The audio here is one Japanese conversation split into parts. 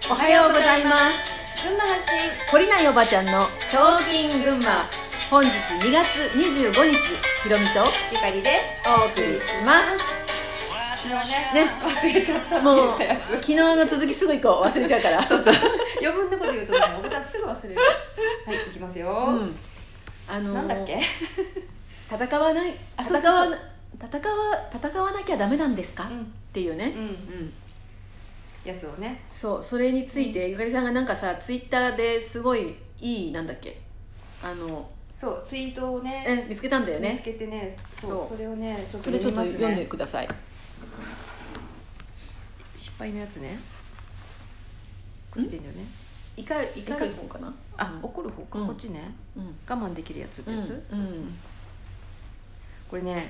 おはようございます。 群馬発信懲りないおばちゃんのトーキン群馬、 本日2月25日、ひろみとゆかりでお送りします。 ね、忘れちゃったってもう言ったやつ。 昨日の続きすぐ行こう、忘れちゃうからそうそう余分なこと言うとね、おばちゃんすぐ忘れる。はい、いきますよ、なんだっけ戦わないあ戦わなきゃダメなんですか、っていうね、 やつをね。 そう、それについて、ゆかりさんがなんかさ、ツイッターですごいいい、なんだっけ、 そうツイートをね見つけたんだよね。 見つけてね、それをねちょっとそれちょっとますね。 読んでください。 失敗のやつね。来てんだよね。 怒る方かな。 怒る方か、こっちね、 我我慢できるやつってやつ、これね、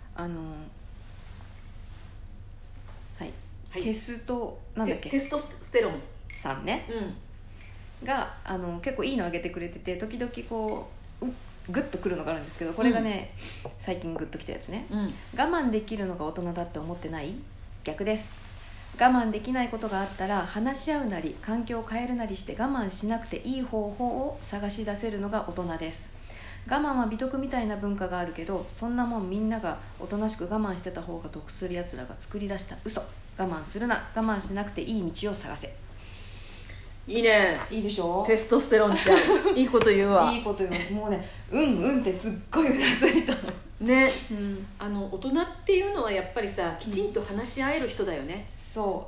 テストなんだっけ、 テストステロンさんね、が結構いいのあげてくれてて、時々こうグッとくるのがあるんですけど、これがね、最近グッときたやつね、我慢できるのが大人だって思ってない？逆です。我慢できないことがあったら話し合うなり環境を変えるなりして我慢しなくていい方法を探し出せるのが大人です。我慢は美徳みたいな文化があるけど、そんなもんみんながおとなしく我慢してた方が得するやつらが作り出した嘘。我慢するな、我慢しなくていい道を探せ。 いいね。 いいでしょ。 テストステロンちゃんいいこと言うわ。 いいこと言う。もうね、ってすっごいうなずいたね、大人っていうのはやっぱりさ、きちんと話し合える人だよね。 そう、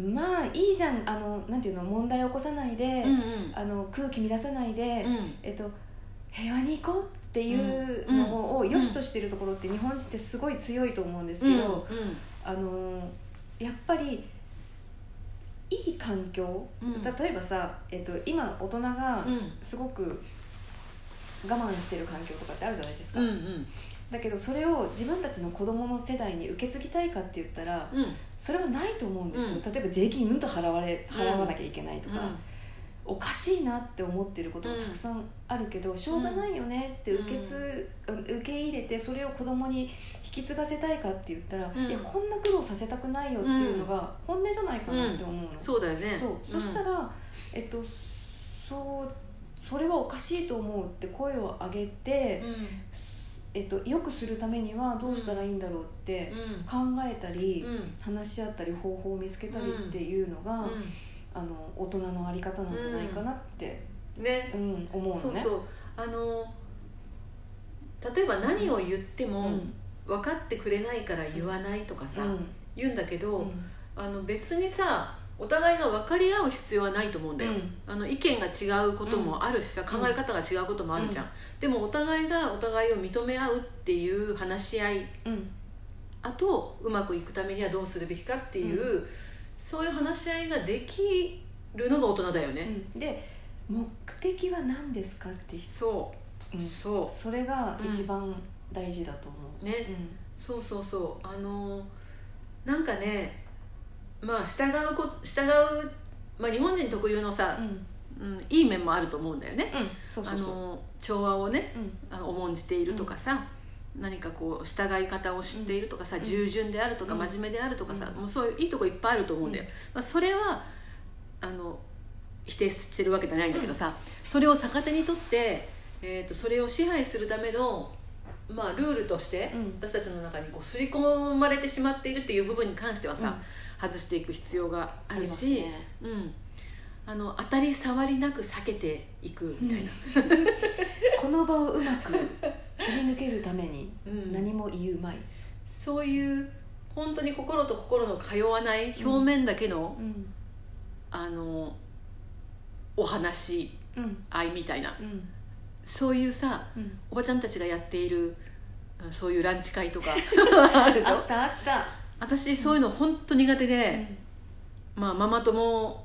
まあいいじゃん、なんていうの、問題を起こさないで、空気乱さないで、平和に行こうっていうのを良しとしてるところって日本人ってすごい強いと思うんですけど、やっぱりいい環境、例えばさ、今大人がすごく我慢してる環境とかってあるじゃないですか、だけどそれを自分たちの子供の世代に受け継ぎたいかって言ったら、それはないと思うんですよ、例えば税金払わなきゃいけないとか、おかしいなって思ってることがたくさんあるけど、しょうがないよねって受け入れて、それを子供に引き継がせたいかって言ったら、いやこんな苦労させたくないよっていうのが本音じゃないかなって思うの、 そうだよね。 そしたら、それはおかしいと思うって声を上げて、よくするためにはどうしたらいいんだろうって考えたり、話し合ったり方法を見つけたりっていうのが、大人のあり方なんじゃないかなって、思うのね。 そうそう、例えば何を言っても分かってくれないから言わないとかさ、言うんだけど、別にさ、お互いが分かり合う必要はないと思うんだよ、意見が違うこともあるしさ、考え方が違うこともあるじゃん、でもお互いがお互いを認め合うっていう話し合い、あとうまくいくためにはどうするべきかっていう、そういう話し合いができるのが大人だよね、 で、目的は何ですかって、 それが一番大事だと思うね、そうなんかね、まあ従う、まあ、日本人特有のさ、いい面もあると思うんだよね、調和をね、重んじているとかさ、何かこう従い方を知っているとかさ、従順であるとか、真面目であるとかさ、もうそういういいとこいっぱいあると思うんだよ、それは否定してるわけじゃないんだけどさ、それを逆手にとって、それを支配するための、ルールとして私たちの中にこう刷り込まれてしまっているっていう部分に関してはさ、外していく必要があるし、当たり障りなく避けていくみたいな、 この場をうまく切り抜けるために何も言うまい、 そういう本当に心と心の通わない表面だけの、お話愛みたいな、そういうさ、おばちゃんたちがやっているそういうランチ会とかあるでしょ。 あった。 私そういうの本当苦手で、ママ友、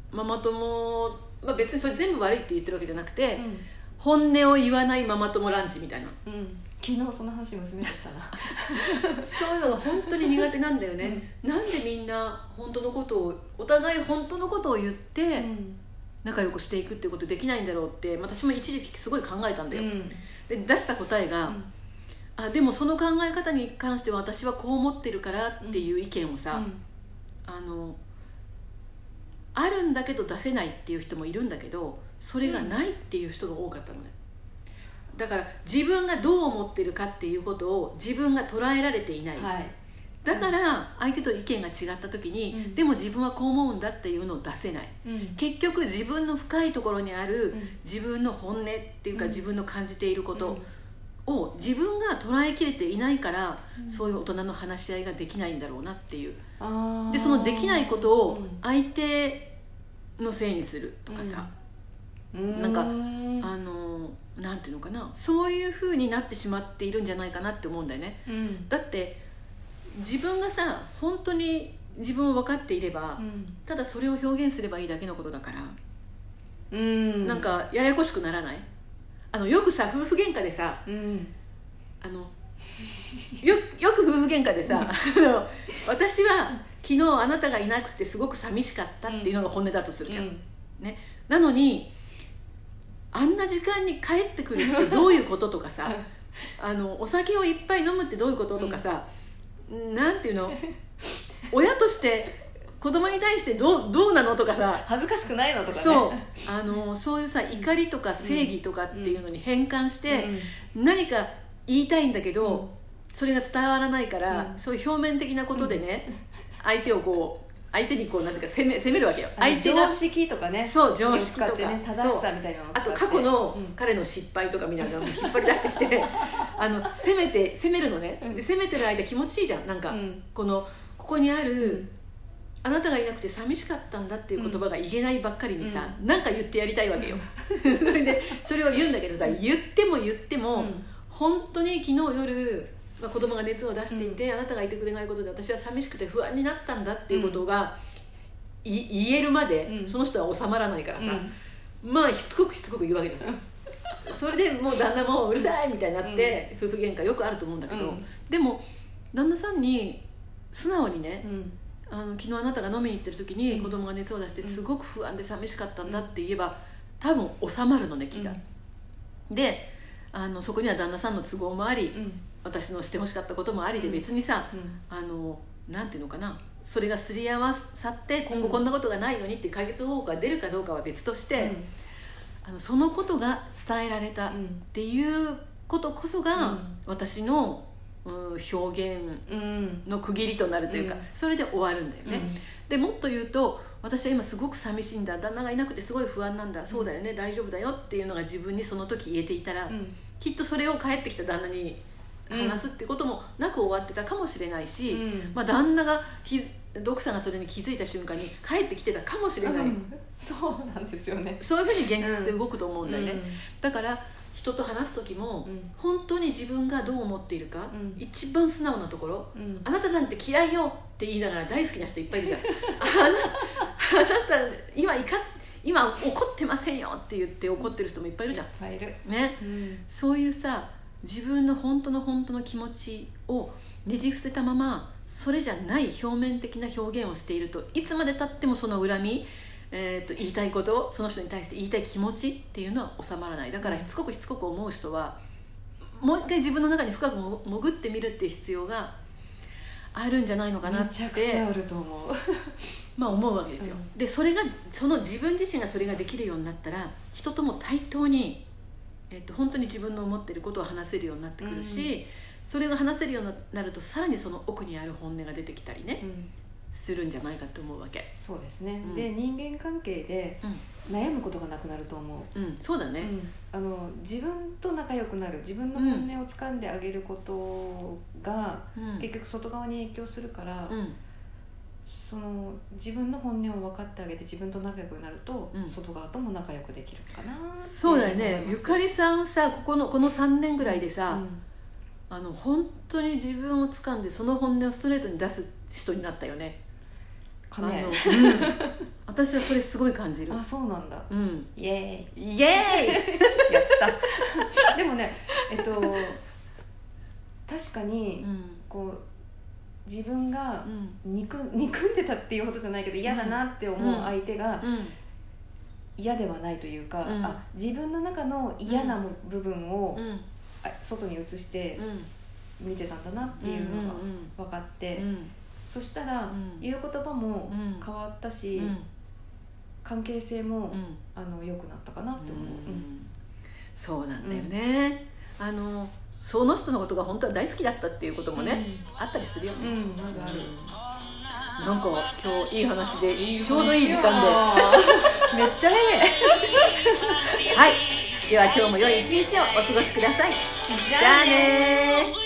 別にそれ全部悪いって言ってるわけじゃなくて、本音を言わないママ友ランチみたいな、 昨日その話娘としたなそういうのが本当に苦手なんだよね、なんでみんな本当のことを、お互い本当のことを言って、仲良くしていくっていうことできないんだろうって、私も一時期すごい考えたんだよ、で出した答えが、でもその考え方に関しては私はこう思ってるからっていう意見をさ、 あるんだけど出せないっていう人もいるんだけど、それがないっていう人が多かったのね。だから自分がどう思ってるかっていうことを自分が捉えられていない、はい、だから相手と意見が違った時に、でも自分はこう思うんだっていうのを出せない、結局自分の深いところにある自分の本音っていうか、自分の感じていることを自分が捉えきれていないから、そういう大人の話し合いができないんだろうなっていう。でそのできないことを相手のせいにするとかさ、なんかなんていうのかな、そういう風になってしまっているんじゃないかなって思うんだよね、だって自分がさ本当に自分を分かっていれば、ただそれを表現すればいいだけのことだから、なんかややこしくならない？よくさ夫婦喧嘩でさ、よく夫婦喧嘩でさ私は昨日あなたがいなくてすごく寂しかったっていうのが本音だとするじゃん、ね、なのにあんな時間に帰ってくるってどういうこととかさお酒をいっぱい飲むってどういうこととかさ、なんていうの親として子供に対してどうなのとかさ、 恥ずかしくないのとかね、 そういうさ怒りとか正義とかっていうのに変換して、何か言いたいんだけど、それが伝わらないから、そういう表面的なことでね、相手にこうなんていうか攻めるわけよ。相手が常識とかね、 そう常識とか、 ね、正しさみたいなのを使って、 あと過去の彼の失敗とかみたいなのを引っ張り出してきて攻めるのね、で攻めてる間気持ちいいじゃん、なんか、ここにある、あなたがいなくて寂しかったんだっていう言葉が言えないばっかりにさ、なんか言ってやりたいわけよそれでそれを言うんだけどさ、言っても、本当に昨日夜子供が熱を出していて、あなたがいてくれないことで私は寂しくて不安になったんだっていうことが、言えるまで、その人は収まらないからさ、まあしつこく言うわけですよそれでもう旦那もうるさいみたいになって、夫婦喧嘩よくあると思うんだけど、でも旦那さんに素直にね、昨日あなたが飲みに行ってる時に子供が熱を出してすごく不安で寂しかったんだって言えば多分収まるのね、気が、でそこには旦那さんの都合もあり、私のしてほしかったこともありで、別にさ、なんていうのかな、それがすり合わさって今後こんなことがないようにっていう解決方法が出るかどうかは別として、そのことが伝えられたっていうことこそが、私の表現の区切りとなるというか、それで終わるんだよね、でもっと言うと、私は今すごく寂しいんだ、旦那がいなくてすごい不安なんだ、そうだよね、大丈夫だよっていうのが自分にその時言えていたら、きっとそれを帰ってきた旦那に話すってこともなく終わってたかもしれないし、旦那が奥さんがそれに気づいた瞬間に帰ってきてたかもしれない、 そうなんですよね、 そういうふうに現実って動くと思うんだよね、だから人と話す時も、本当に自分がどう思っているか、一番素直なところ、あなたなんて嫌いよって言いながら大好きな人いっぱいいるじゃんあなた今怒ってませんよって言って怒ってる人もいっぱいいるじゃん、いっぱいいるね、そういうさ、自分の本当の気持ちをねじ伏せたまま、それじゃない表面的な表現をしていると、いつまでたってもその恨み、言いたいこと、その人に対して言いたい気持ちっていうのは収まらない。だからしつこく思う人はもう一回自分の中に深く潜ってみるっていう必要があるんじゃないのかなって、 めちゃくちゃあると思う思うわけですよ、でその自分自身がそれができるようになったら、人とも対等に、本当に自分の思っていることを話せるようになってくるし、それが話せるようになると、さらにその奥にある本音が出てきたりね、するんじゃないかと思うわけ。 そうですね、で人間関係で悩むことがなくなると思う、 そうだね、 自分と仲良くなる、自分の本音を掴んであげることが、結局外側に影響するから、その自分の本音を分かってあげて自分と仲良くなると、外側とも仲良くできるかな。 そうだよね。ゆかりさんさ、この3年ぐらいでさ、本当に自分を掴んでその本音をストレートに出す人になったよね。私はそれすごい感じる。 あ、そうなんだ、イエーイイエーイやったでもね、確かに、こう自分が憎んでたっていうことじゃないけど、嫌だなって思う相手が嫌ではないというか、自分の中の嫌な部分を外に移して見てたんだなっていうのが分かって、そしたら言う言葉も変わったし、 関係性も、良くなったかなって思う。 そうなんだよね、その人のことが本当は大好きだったっていうこともね、あったりするよね。 ある。 なんか今日いい話でちょうどいい時間でめっちゃいいはい、では今日も良い一日をお過ごしください。じゃあねー。